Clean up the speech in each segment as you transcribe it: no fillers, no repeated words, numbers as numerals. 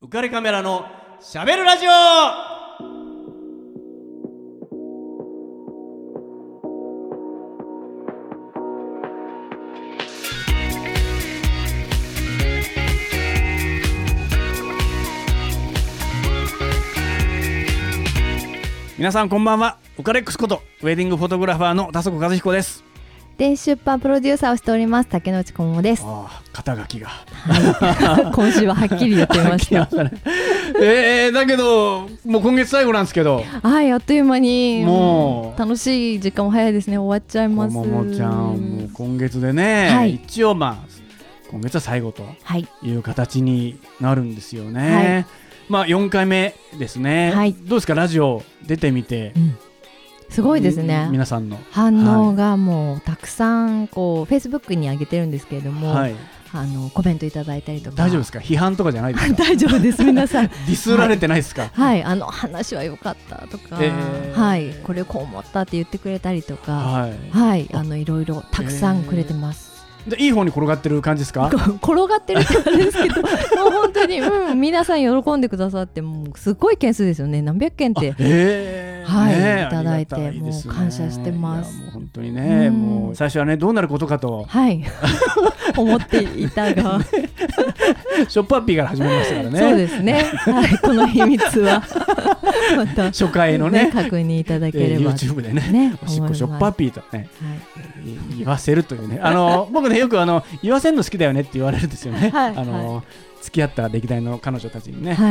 浮かれカメラのしゃべるラジオ。皆さんこんばんは。ウカレックスことウェディングフォトグラファーの田底和彦です。 電子出版プロデューサーをしております竹之内小桃です。 肩書きが、 はい、今週ははっきり言ってみましただけどもう今月最後なんですけど、 はい、あっという間にもう楽しい時間も早いですね。終わっちゃいます。 ももちゃんもう今月でね、 はい、 一応今月は最後という形になるんですよね、はい、4回目ですね、はい、どうですかラジオ出てみて、 すごいですね。 皆さんの反応がもうたくさんこう Facebook に上げてるんですけれども、はい、コメントいただいたりとか。 大丈夫ですか？批判とかじゃないですか？ 大丈夫です。皆さんディスられてないですか？ はい、話は良かったとか、はい、これこう思ったって言ってくれたりとか、はい、いろいろたくさんくれてます。 でいい方に転がってる感じですか？ 転がってるって感じですけどもう本当に、皆さん喜んでくださって、もうすごい件数ですよね。何百件って、はい、いただいて、もう感謝してます。 もう本当にね、もう最初はねどうなることかと、 はい、思っていたがショップアッピーから始めましたからね。 そうですね、はい、この秘密はまた初回のね確認いただければ、 YouTube でねおしっこショップアッピーとね、言わせるというね、僕ねよく言わせるの好きだよねって言われるんですよね、付き合った歴代の彼女たちにね、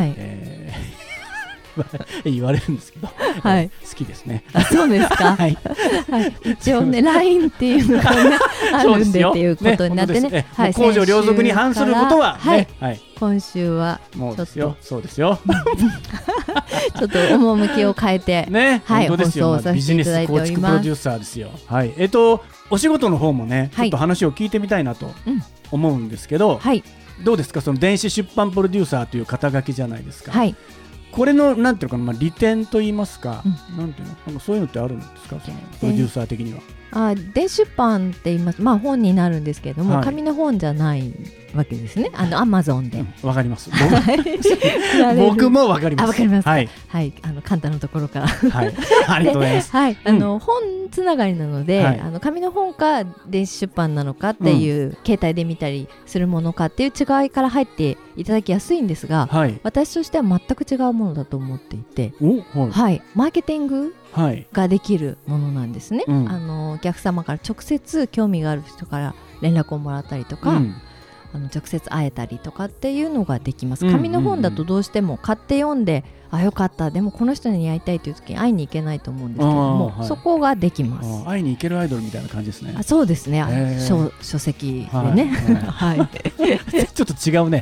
言われるんですけど、好きですね。 そうですか。はい、一応ね LINE っていうのがねあるんでっていうことになってね、 公序良俗に反することはね、 今週はもうですよ、そうですよちょっと趣を変えてね、 放送をさせていただいております。 ビジネス構築プロデューサーですよ。はい、お仕事の方もねちょっと話を聞いてみたいなと思うんですけど、どうですか、その電子出版プロデューサーという肩書きじゃないですか。これのなんていうのかな、利点と言いますか、なんていうの、そういうのってあるんですか、そのプロデューサー的には。 電子出版って言います、本になるんですけれども、紙の本じゃないわけですね。Amazon で。 わかります。僕もわかります。 わかります。はい、簡単なところから。 はい、ありがとうございます。 はい、本つながりなので、紙の本か電子出版なのかっていう、携帯で見たりするものかっていう違いから入っていただきやすいんですが、私としては全く違うものだと思っていて、マーケティングができるものなんですね。お客様から直接興味がある人から連絡をもらったりとか、直接会えたりとかっていうのができます。紙の本だとどうしても買って読んで、よかった、でもこの人に会いたいという時に会いに行けないと思うんですけども、そこができます。 会いに行けるアイドルみたいな感じですね。 そうですね、書籍でね、 ちょっと違うね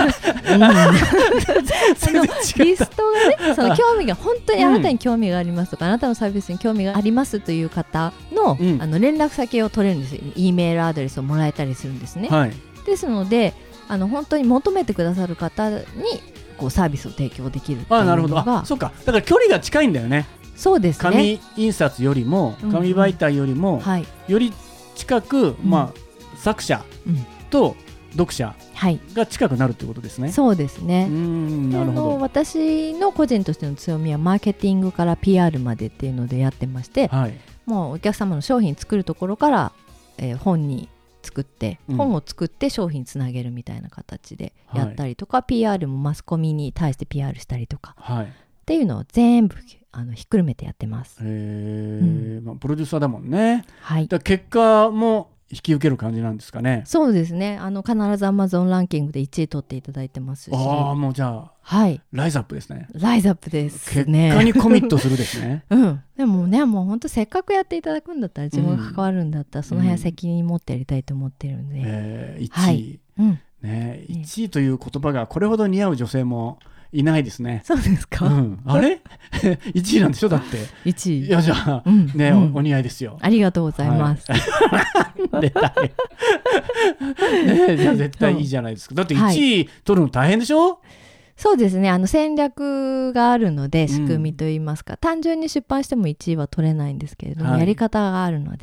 リストがね、その興味が本当にあなたに興味がありますとか、あなたのサービスに興味がありますという方の、連絡先を取れるんですよ。 E メールアドレスをもらえたりするんですね。ですので本当に求めてくださる方にこうサービスを提供できるっていうのが。 なるほど。そうか、だから距離が近いんだよね。 そうですね。 紙印刷よりも、紙媒体よりも、より近く、作者と読者が近くなるってことですね。 そうですね。 なるほど。 私の個人としての強みはマーケティングから PR までっていうのでやってまして、もうお客様の商品作るところから、本に作って、本を作って商品つなげるみたいな形でやったりとか、PR もマスコミに対して PR したりとか、っていうのを全部ひっくるめてやってます。 プロデューサーだもんね。だ結果も引き受ける感じなんですかね。 そうですね。必ず Amazon ランキングで1位取っていただいてますし。 もうじゃあ、ライズアップですね。 ライズアップですね。 結果にコミットするですね。 でもね、もう本当せっかくやっていただくんだったら、自分が関わるんだったら、その辺は責任持ってやりたいと思ってるんで。 1位、1位という言葉がこれほど似合う女性もいないですね。 そうですか。 あれ1位なんでしょ、だって 1位。 いや、じゃあ、お似合いですよ。 ありがとうございます。 じゃあ絶対いいじゃないですか。だって1位取るの大変でしょ。 そうですね。戦略があるので、仕組みといいますか、単純に出版しても1位は取れないんですけれども、やり方があるので、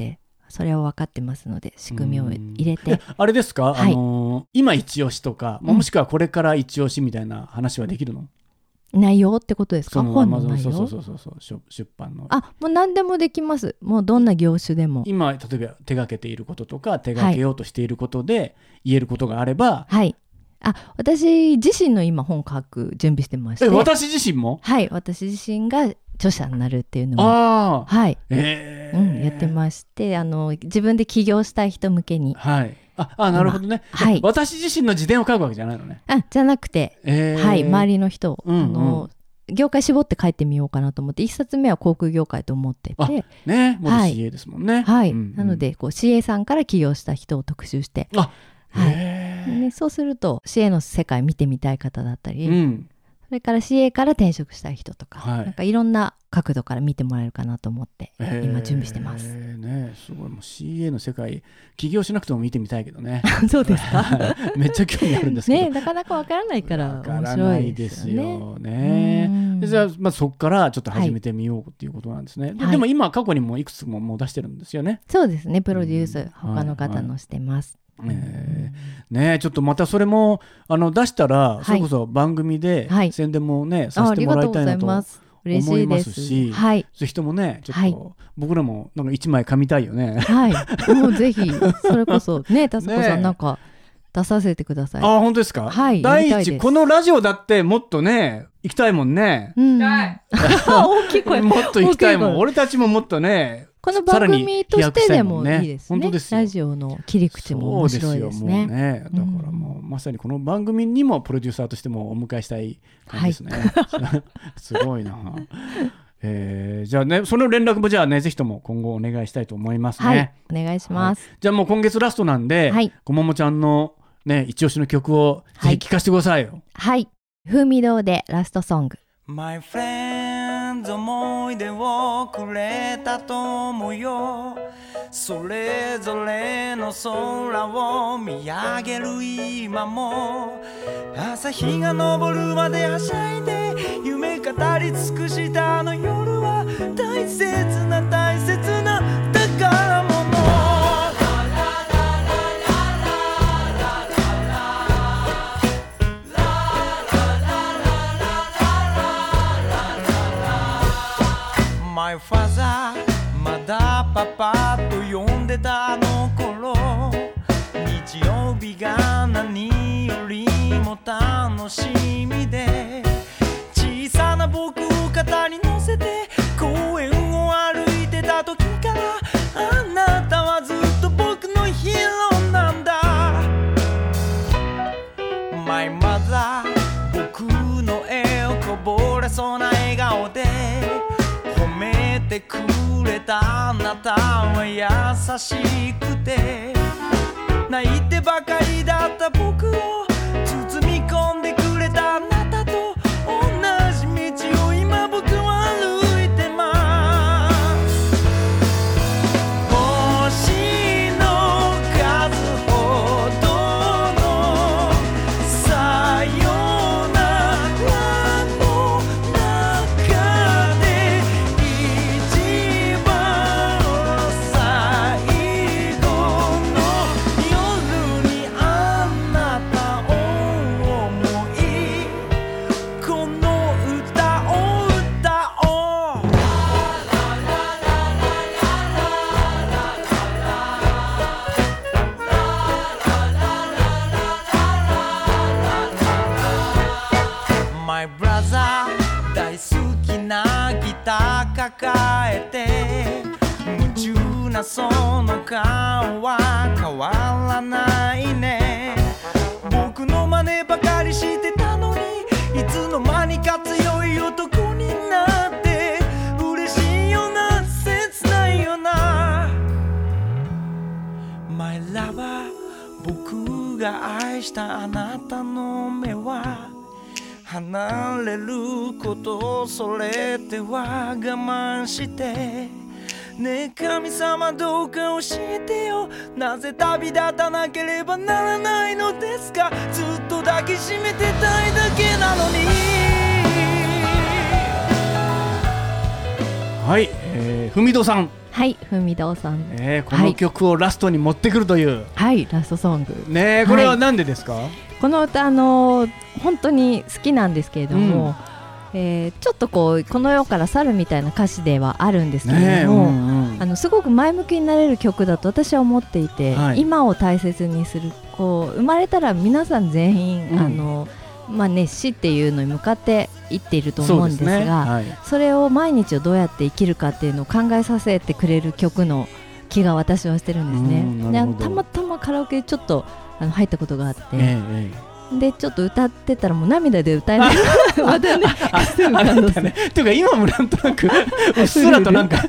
それを分かってますので仕組みを入れて。 あれですか、はい、今一押しとか、もしくはこれから一押しみたいな話はできるの？ 内容ってことですか？本の内容？ そう出版の。 もう何でもできます。もうどんな業種でも。 今例えば手がけていることとか手がけようとしていることで言えることがあれば。 はい。私自身の今本書く準備してまして。 私自身も？ はい、私自身が著者になるっていうのも、はい、やってまして、自分で起業したい人向けに。 はい。なるほどね。はい。私自身の自伝を書くわけじゃないのね。 じゃなくて、はい、周りの人、業界絞って書いてみようかなと思って、1冊目は航空業界と思ってて。 ね、元 CA ですもんね。 はい。なので、CA さんから起業した人を特集して。そうすると CA の世界見てみたい方だったり、それから CA から転職したい人とか、なんかいろんな角度から見てもらえるかなと思って今準備してます。 すごい。もう CA の世界起業しなくても見てみたいけどね。 そうですか？ めっちゃ興味あるんですけどなかなかわからないから面白いですよね。じゃあ、そこからちょっと始めてみようっていうことなんですね。でも今過去にもいくつももう出してるんですよね。 そうですね。プロデュース他の方のしてます。 ちょっとまたそれも出したら、それこそ番組で宣伝もね、させてもらいたいなと思いますし、ぜひともね、ちょっと僕らもなんか1枚噛みたいよね。 もうぜひそれこそね、タスコさんなんか出させてください。 本当ですか？第一、このラジオだってもっとね行きたいもんね。 大きい声。 もっと行きたいもん。俺たちももっとね、 この番組としてでもいいですね。ラジオの切り口も面白いですね。 だからもうまさにこの番組にもプロデューサーとしてもお迎えしたい感じですね。すごいな。じゃあね、その連絡もじゃあね、ぜひとも今後お願いしたいと思いますね。 お願いします。 じゃあもう今月ラストなんで、こももちゃんのね、一押しの曲をぜひ聴かせてくださいよ。 風味堂でラストソング。 My friends 思い出をくれたと思うよ。それぞれの空を見上げる今も、朝日が昇るまではしゃいで夢語り尽くしたあの夜は大切な大切な宝物。My father まだパパと呼んでたあの頃、日曜日が何よりも楽しみで、小さな僕を肩に乗せて公園を歩いてた時から、あなたはずっと僕のヒーローなんだ。 My mother 僕の絵をこぼれそうな笑顔で褒めてくれたあなたは優しくて、泣いてばかりだった僕を包み込んでくれたあなたと同じ道を今僕は歩いてます。星の数ほどのさよならの中で一番最後の夜にあなたを思い、この歌を歌おう。My brother 大好きなギター抱えて、夢中なその顔は変わらないね。僕の真似ばかりしてたのに、いつの間にか強い男になって、嬉しいよな切ないよな。 My lover 僕が愛したあなたの目は離れることをそれでは我慢して、ねえ神様どうか教えてよ、なぜ旅立たなければならないのですか。ずっと抱きしめてたいだけなのに。 はい、文戸さんはい、ふみどうさん、 この曲をラストに持ってくるという、 はい、ラストソングね。これはなんでですか？ この歌本当に好きなんですけれども、ちょっとこの世から去るみたいな歌詞ではあるんですけれども、すごく前向きになれる曲だと私は思っていて、今を大切にする、生まれたら皆さん全員、死っていうのに向かっていっていると思うんですが、それを毎日をどうやって生きるかっていうのを考えさせてくれる曲の気が私はしてるんですね。たまたまカラオケでちょっと入ったことがあって、でちょっと歌ってたらもう涙で歌えないまたねっていうか今もなんとなくうっすらとなんか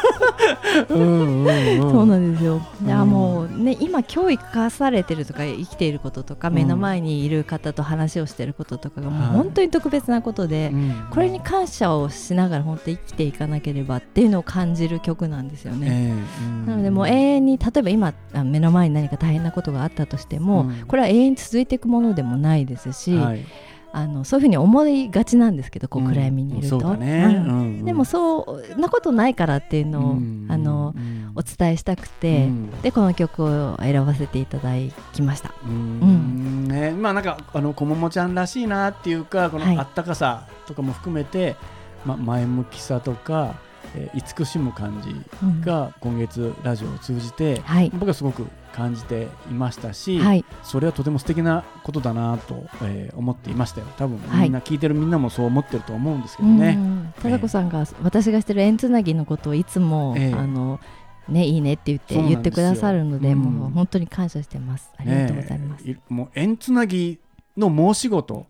そうなんですよ。いやもうね、今今日生かされてるとか生きていることとか、目の前にいる方と話をしていることとかがもう本当に特別なことで、これに感謝をしながら本当に生きていかなければっていうのを感じる曲なんですよね。なのでもう永遠に、例えば今目の前に何か大変なことがあったとしても、これは永遠に続いていくものでもないですし、そういうふうに思いがちなんですけど、暗闇にいると、でもそんなことないからっていうのをお伝えしたくて、でこの曲を選ばせていただきました。 なんかこももちゃんらしいなっていうか、このあったかさとかも含めて、前向きさとか慈しむ感じが今月ラジオを通じて、僕はすごく感じていましたし、それはとても素敵なことだなと、思っていましたよ。多分みんな聞いてるみんなもそう思ってると思うんですけどね。 貞子さんが私がしてる縁つなぎのことをいつも、いいねって言ってくださるので、もう本当に感謝してます。ありがとうございます。 もう縁つなぎの申し事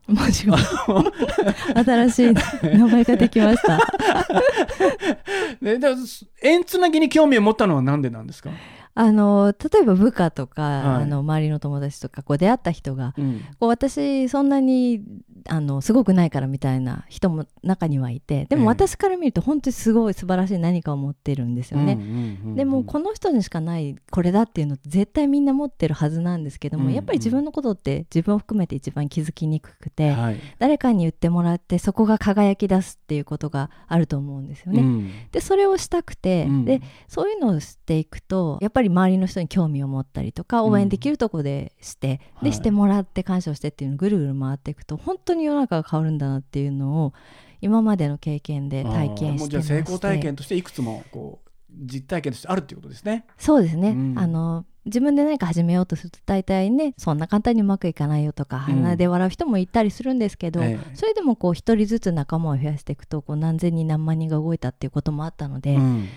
新しい名前ができました縁つなぎに興味を持ったのはなんでなんですか？ 例えば部下とか、周りの友達とか出会った人が、私そんなにすごくないからみたいな人も中にはいて、でも私から見ると本当にすごい素晴らしい何かを持ってるんですよね。でもこの人にしかないこれだっていうの絶対みんな持ってるはずなんですけども、やっぱり自分のことって自分を含めて一番気づきにくくて、誰かに言ってもらってそこが輝き出すっていうことがあると思うんですよね。でそれをしたくて、でそういうのをしていくとやっぱり周りの人に興味を持ったりとか、応援できるところでして、でしてもらって感謝をしてっていうのをぐるぐる回っていくと本当に世の中が変わるんだなっていうのを今までの経験で体験してまして、 もうじゃあ成功体験としていくつも実体験としてあるっていうことですね。 そうですね、自分で何か始めようとすると大体ね、そんな簡単にうまくいかないよとか鼻で笑う人もいたりするんですけど、それでも一人ずつ仲間を増やしていくと何千人何万人が動いたっていうこともあったので、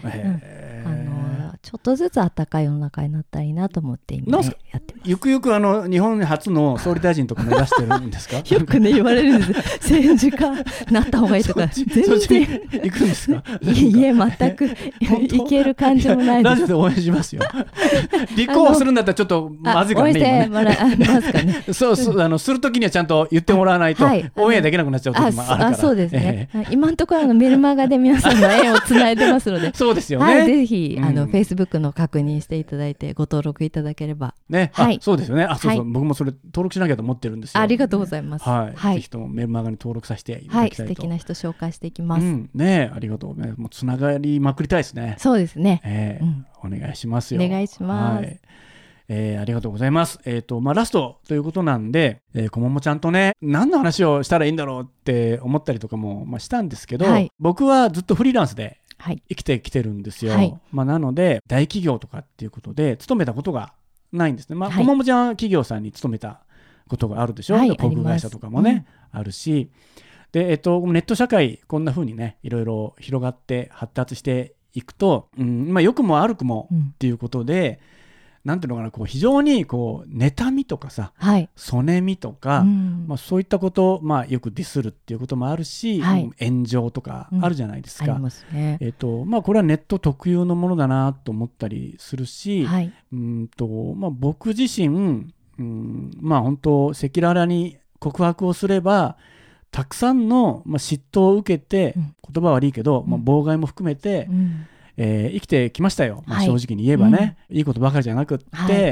ちょっとずつ暖かい世の中になったらいいなと思って今、やってます。 ゆくゆく日本初の総理大臣とか目指してるんですか？ よくね言われるんです。政治家なった方がいいとか全然行くんですか？ いえ全くいける感じもないです。 ラジオで応援しますよ。立候補するんだったらちょっとまずいからね。応援してもらえますかね。そうするときにはちゃんと言ってもらわないとオンエアできなくなっちゃう時もあるから。 そうですね。今のところメルマガで皆さんの縁をつないでますので。 そうですよね。 ぜひFacebook の確認していただいてご登録いただければね。そうですよね。僕もそれ登録しなきゃと思ってるんですよ。 ありがとうございます。 ぜひともメルマガに登録させていただきたいと。 素敵な人紹介していきます。 ね、ありがとうね。もうつながりまくりたいですね。 そうですね。 お願いしますよ。 お願いします。 ありがとうございます。ラストということなんで、こももちゃんとね、何の話をしたらいいんだろうって思ったりとかも、したんですけど、僕はずっとフリーランスで生きてきてるんですよ。なので大企業とかっていうことで勤めたことがないんですね。こももちゃんは企業さんに勤めたことがあるでしょ。航空会社とかもね、あるし、で、ネット社会こんな風にね、いろいろ広がって発達していくと、良くも悪くもっていうことで、なんていうのかな、非常に妬みとかさ、そねみとか、そういったこと、よくディスるっていうこともあるし、炎上とかあるじゃないですか。 ありますね。 これはネット特有のものだなと思ったりするし、僕自身、本当赤裸々に告白をすればたくさんの、嫉妬を受けて、言葉は悪いけど、妨害も含めて、生きてきましたよ。正直に言えばね、いいことばかりじゃなくって、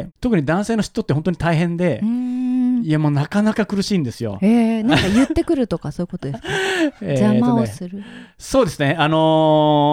特に男性の嫉妬って本当に大変で、いやもうなかなか苦しいんですよ。 なんか言ってくるとかそういうことですか？邪魔をする。 そうですね。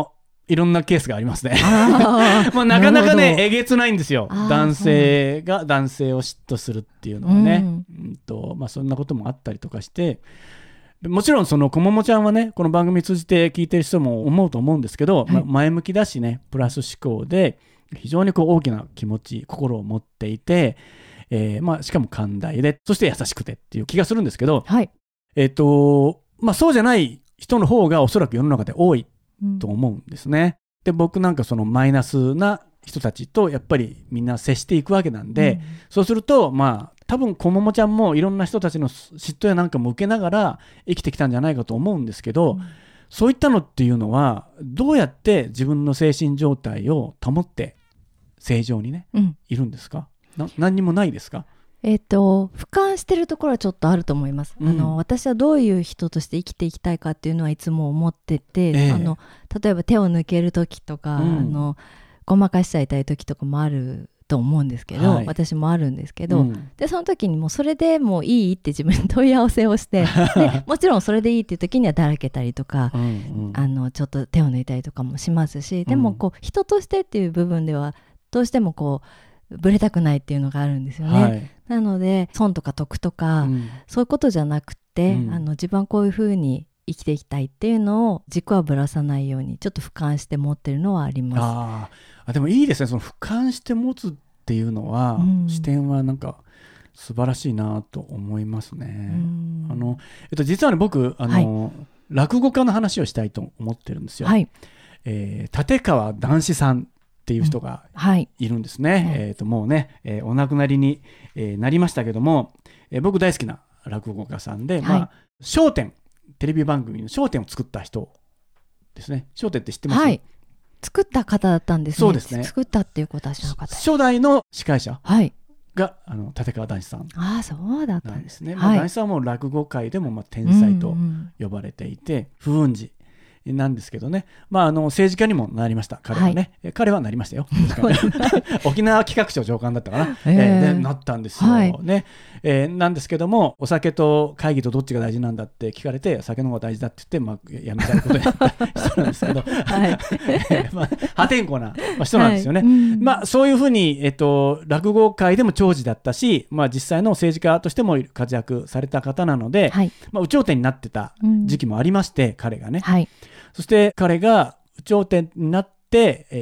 いろんなケースがありますねまあなかなかねえげつないんですよ。男性が男性を嫉妬するっていうのはね、まあ、そんなこともあったりとかして、もちろんそのこももちゃんはねこの番組通じて聞いてる人も思うと思うんですけど、まあ、前向きだしねプラス思考で非常にこう大きな気持ち心を持っていて、まあ、しかも寛大でそして優しくてっていう気がするんですけど、はい、まあ、そうじゃない人の方がおそらく世の中で多いと思うんですね。で僕なんかそのマイナスな人たちとやっぱりみんな接していくわけなんで、そうするとまあ多分こももちゃんもいろんな人たちの嫉妬やなんかも受けながら生きてきたんじゃないかと思うんですけど、そういったのっていうのはどうやって自分の精神状態を保って正常にね、いるんですか？何にもないですか？ 俯瞰してるところはちょっとあると思います。私はどういう人として生きていきたいかっていうのはいつも思ってて、例えば手を抜ける時とか、ごまかしちゃいたい時とかもあると思うんですけど、私もあるんですけど、でその時にもうそれでもういいって自分に問い合わせをしてでもちろんそれでいいっていう時にはだらけたりとか、ちょっと手を抜いたりとかもしますし、でもこう人としてっていう部分ではどうしてもこうブレたくないっていうのがあるんですよね、なので損とか得とか、そういうことじゃなくて、自分はこういうふうに生きていきたいっていうのを軸はぶらさないようにちょっと俯瞰して持ってるのはあります。 でもいいですね、その俯瞰して持つっていうのは、視点はなんか素晴らしいなと思いますね。実はね僕落語家の話をしたいと思ってるんですよ、立川談志さんっていう人がいるんですね、もうね、お亡くなりに、なりましたけども、僕大好きな落語家さんで、笑点テレビ番組の笑点を作った人ですね。笑点って知ってます？ 作った方だったんですね。 そうですね。 作ったっていうことは知らなかった。 初代の司会者が、立川談志さんそうだったんですね。 談志さんはもう落語界でも天才と呼ばれていて、不運児なんですけどね、政治家にもなりました彼はね、彼はなりましたよ沖縄企画庁長官だったかな、でなったんですよね、なんですけどもお酒と会議とどっちが大事なんだって聞かれて酒の方が大事だって言って、やめたいことになった人なんですけど破天荒な人なんですよね、そういうふうに、落語界でも長寿だったし、実際の政治家としても活躍された方なので、有頂天になってた時期もありまして、彼がね、そして彼が有頂天になって、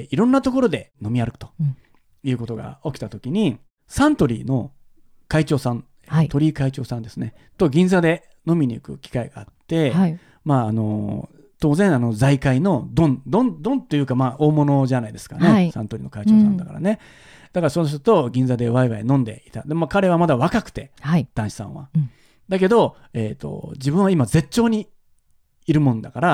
いろんなところで飲み歩くということが起きたときに、サントリーの会長さん、鳥居会長さんですねと銀座で飲みに行く機会があって、当然財界のドンというか、大物じゃないですかね、サントリーの会長さんだからね、だからそうすると銀座でワイワイ飲んでいた。で、彼はまだ若くて、男子さんは、だけど、自分は今絶頂にいるもんだから、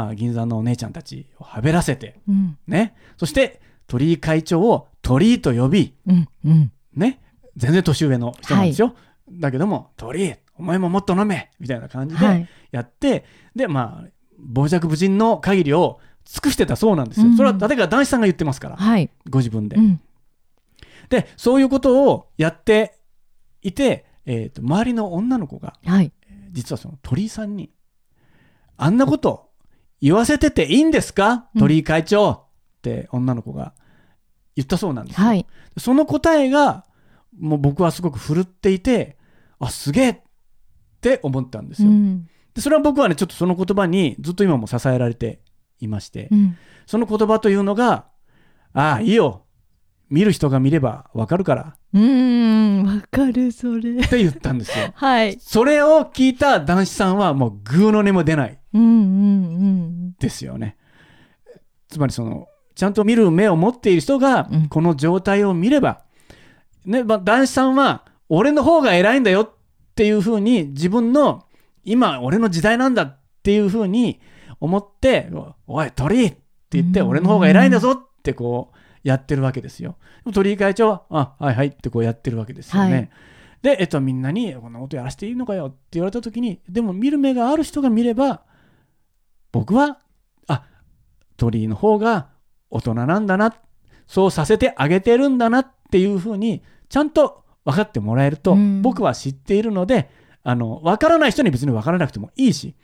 銀座のお姉ちゃんたちをはべらせて、ね、そして鳥居会長を鳥居と呼び、ね、全然年上の人なんですよ、だけども鳥居お前ももっと飲めみたいな感じでやって、で傍若無人の限りを尽くしてたそうなんですよ、それは立川談志さんが言ってますから、ご自分で、でそういうことをやっていて、周りの女の子が、実はその鳥居さんにあんなこと言わせてていいんですか、鳥居会長って女の子が言ったそうなんですよ、その答えがもう僕はすごく振るっていて、すげえって思ったんですよ、でそれは僕はねちょっとその言葉にずっと今も支えられていまして、その言葉というのがいいよ見る人が見れば分かるから分かるそれって言ったんですよ、それを聞いた男子さんはもうグーの音も出ないですよね、つまりそのちゃんと見る目を持っている人がこの状態を見れば、男子さんは俺の方が偉いんだよっていうふうに自分の今俺の時代なんだっていうふうに思って、おい鳥居って言って俺の方が偉いんだぞってこうやってるわけですよ。鳥居会長ははいはいってこうやってるわけですよね、で、みんなにこんなことやらせていいのかよって言われた時に、でも見る目がある人が見れば僕は鳥居の方が大人なんだな、そうさせてあげてるんだなっていうふうにちゃんと分かってもらえると、僕は知っているので、分からない人に別に分からなくてもいいし、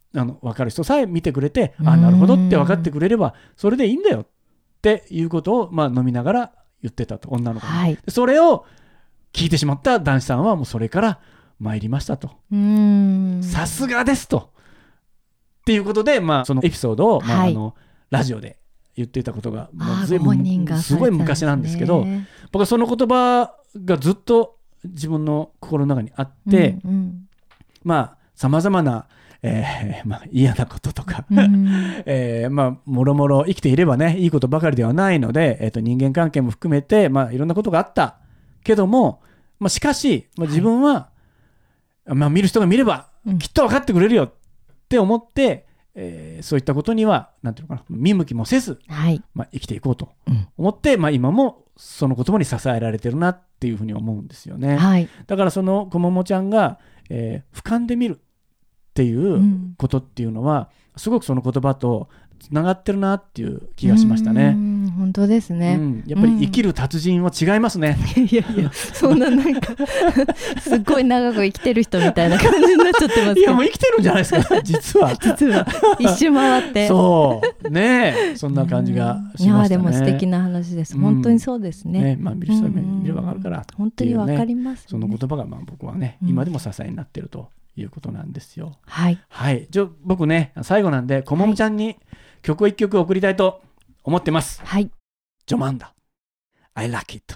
分かる人さえ見てくれて、なるほどって分かってくれればそれでいいんだよっていうことを、飲みながら言ってたと、女の子に、はい、それを聞いてしまった男子さんはもうそれから参りましたと、さすがですとっていうことで、そのエピソードを、はい、ラジオで言っていたことが随分すごい昔なんですけど、僕はその言葉がずっと自分の心の中にあって、さまざまな嫌なこととかもろもろ生きていればね、いいことばかりではないので、人間関係も含めて、いろんなことがあったけども、しかし、自分は、見る人が見ればきっと分かってくれるよって思って、そういったことにはなんていうのかな、見向きもせず、生きていこうと思って、今もその言葉に支えられてるなっていうふうに思うんですよね、はい、だからそのこももちゃんが、俯瞰で見るっていうことっていうのは、すごくその言葉とつながってるなっていう気がしましたね。 本当ですね、 やっぱり生きる達人は違いますね。 いやそんななんかすっごい長く生きてる人みたいな感じになっちゃってますけど、 いやもう生きてるんじゃないですか実は一周回ってそうね、そんな感じがしましたね。 でも素敵な話です。本当にそうですね。 見る人は見れば分かるから、 本当に分かりますね。 その言葉が僕はね、今でも支えになってるということなんですよ。 はい、 はい、僕ね最後なんでこももちゃんに曲を1曲送りたいと思ってます。 はい、 ジョマンダ I like it。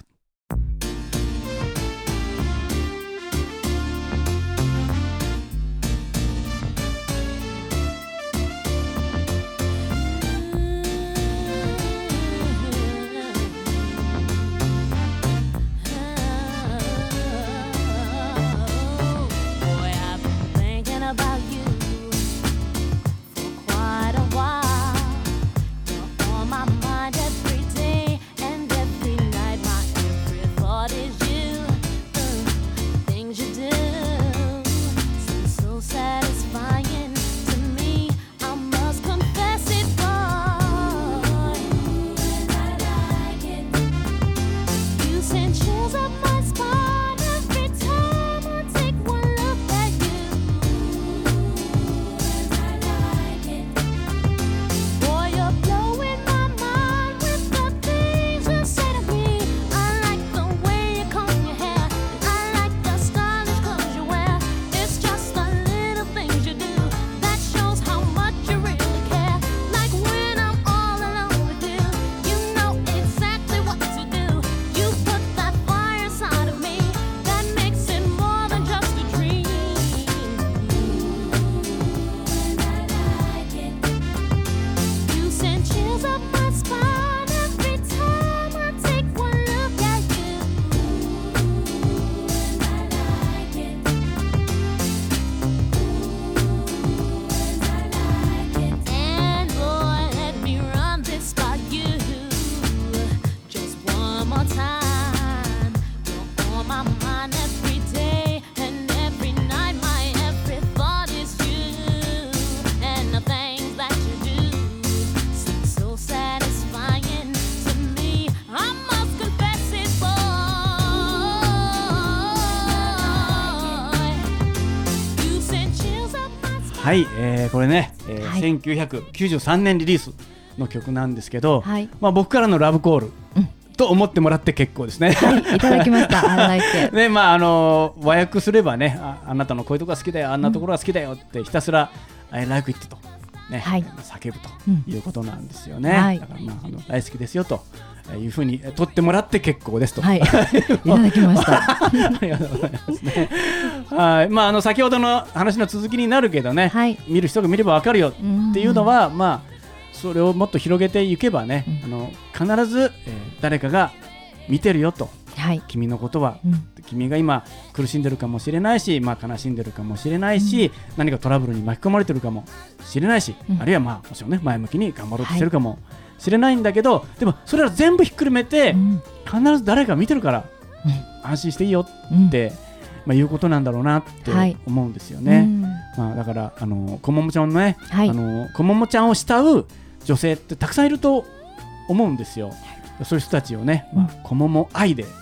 はい、これね、1993年リリースの曲なんですけど、はい、僕からのラブコール、と思ってもらって結構ですね、 はい、いただきました。I like it ね、和訳すればね、あなたのこういうところが好きだよ、あんなところが好きだよってひたすら I like it と、ね、はい、叫ぶということなんですよね、はい、だから大好きですよというふうに取ってもらって結構ですと、 はい、いただきましたありがとうございますね。はい、先ほどの話の続きになるけどね、はい、見る人が見れば分かるよっていうのは、それをもっと広げていけばね、必ず、誰かが見てるよと、はい、君のことは、君が今苦しんでるかもしれないし、悲しんでるかもしれないし、何かトラブルに巻き込まれてるかもしれないし、あるいはもちろんね前向きに頑張ろうとしてるかもしれないんだけど、でもそれら全部ひっくるめて、必ず誰か見てるから、安心していいよって、いうことなんだろうなって思うんですよね、だからこももちゃんのね、こももちゃんを慕う女性ってたくさんいると思うんですよ。そういう人たちをね、こもも愛で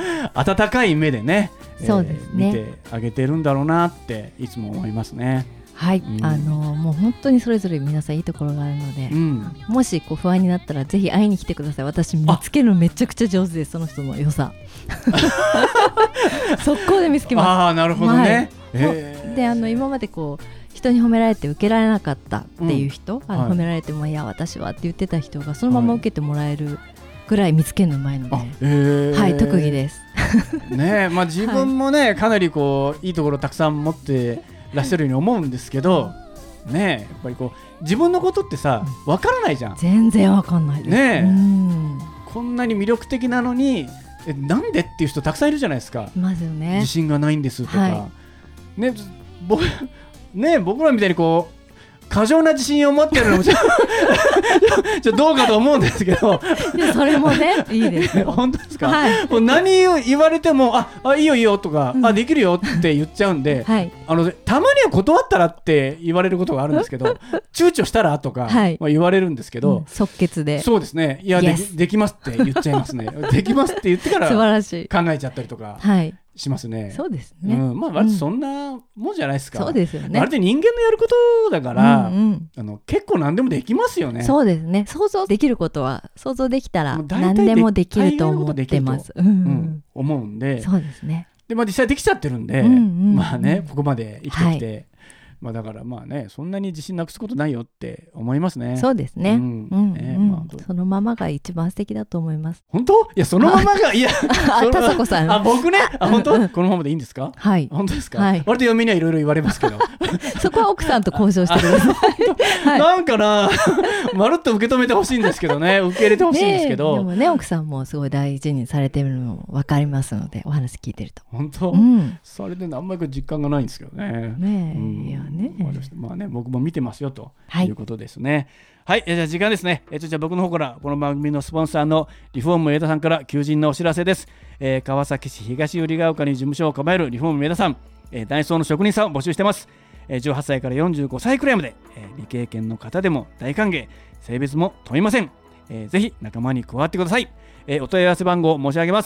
温かい目でね、見てあげてるんだろうなっていつも思いますね。 はい、もう本当にそれぞれ皆さんいいところがあるので、もしこう不安になったらぜひ会いに来てください。私見つけるのめちゃくちゃ上手です。その人の良さ速攻で見つけます。 ああ、なるほどね。 で今までこう人に褒められて受けられなかったっていう人、褒められてもいや私はって言ってた人がそのまま受けてもらえるぐらい見つけるのうまいので、はい、特技ですね。まあ、自分もねかなりこういいところたくさん持ってらっしゃるように思うんですけど、ね、やっぱりこう自分のことってさ分からないじゃん。 全然分かんないですね。 こんなに魅力的なのになんでっていう人たくさんいるじゃないですか。 いますよね。 自信がないんですとか、僕らみたいにこう過剰な自信を持ってるのもちょっとどうかと思うんですけどそれもねいいですよ。 本当ですか、はい、もう何を言われてもいいよいいよとか、できるよって言っちゃうんで、はい、たまには断ったらって言われることがあるんですけど躊躇したらとか、言われるんですけど、 即決でそうですね、いや、できますって言っちゃいますねできますって言ってから素晴らしい考えちゃったりとか、しますね。 そうですね。 まあ割とそんなもんじゃないですか。 そうですよね。 あれって人間のやることだから、結構何でもできますよね。 そうですね。想像できることは想像できたら何でもできると思ってます。 思うんで。 そうですね。 で、実際できちゃってるんで、まあね、ここまで生きてきて、だからまあね、そんなに自信なくすことないよって思いますね。 そうですね。そのままが一番素敵だと思います。 本当？いや、そのままが、いや、 田底さん。 僕ね、本当？このままでいいんですか？ はい。 本当ですか？割と嫁にはいろいろ言われますけど。 そこは奥さんと交渉してください。 なんかな、まるっと受け止めてほしいんですけどね、受け入れてほしいんですけど。 でもね、奥さんもすごい大事にされてるのも分かりますので、お話聞いてると。 本当？それであんまり実感がないんですけどね。 ね、いやね。 まあね、僕も見てますよということですね。はい、じゃあ時間ですね。じゃあ僕の方からこの番組のスポンサーのリフォーム上田さんから求人のお知らせです。川崎市東百合ヶ丘に事務所を構えるリフォーム上田さん、ダイソーの職人さんを募集してます。18歳から45歳くらいまで、未経験の方でも大歓迎、性別も問いません。ぜひ仲間に加わってください。お問い合わせ番号申し上げます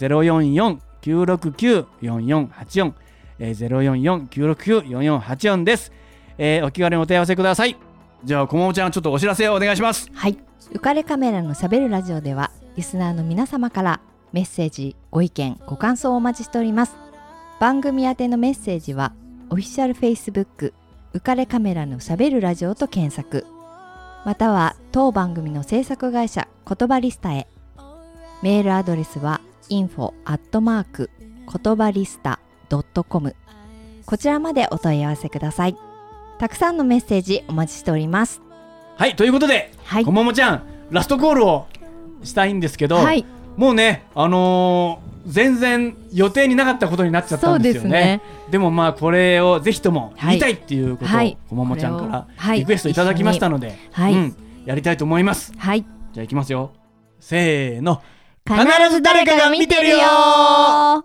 。044-969-4484 044-969-4484です。お気軽にお問い合わせください。じゃあこももちゃん、ちょっとお知らせをお願いします。 はい、浮かれカメラのしゃべるラジオではリスナーの皆様からメッセージ、ご意見、ご感想をお待ちしております。番組宛てのメッセージはオフィシャル Facebook 浮かれカメラのしゃべるラジオと検索、または当番組の制作会社言葉リスタへ。メールアドレスは info@ 言葉リスタ.com、 こちらまでお問い合わせください。たくさんのメッセージお待ちしております。 はい、ということで、こももちゃんラストコールをしたいんですけど、もうね、全然予定になかったことになっちゃったんですよね。でもまあこれをぜひとも言いたいっていうことをこももちゃんからリクエストいただきましたので、やりたいと思います。じゃあいきますよ。せーの、必ず誰かが見てるよー。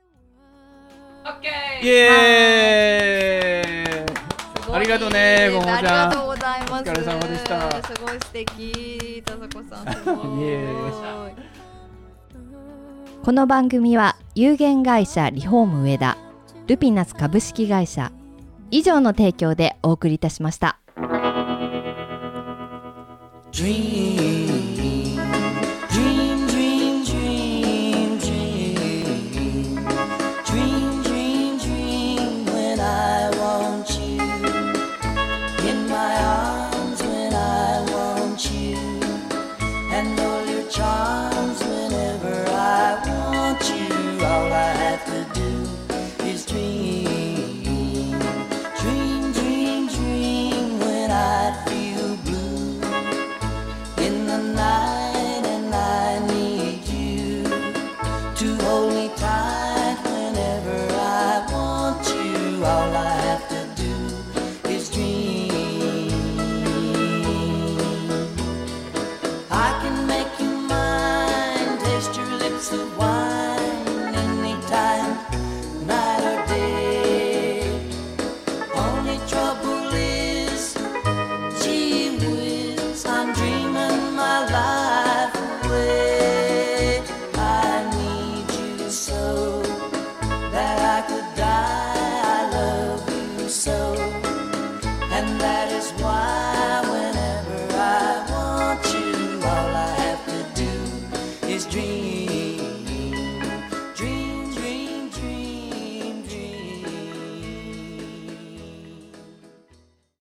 イエーイ。ありがとうね、こももちゃん。ありがとうございます。 お疲れ様でした。 すごい素敵、田底さん。すごい。この番組は有限会社リフォーム上田、ルピナス株式会社以上の提供でお送りいたしました。 In the night why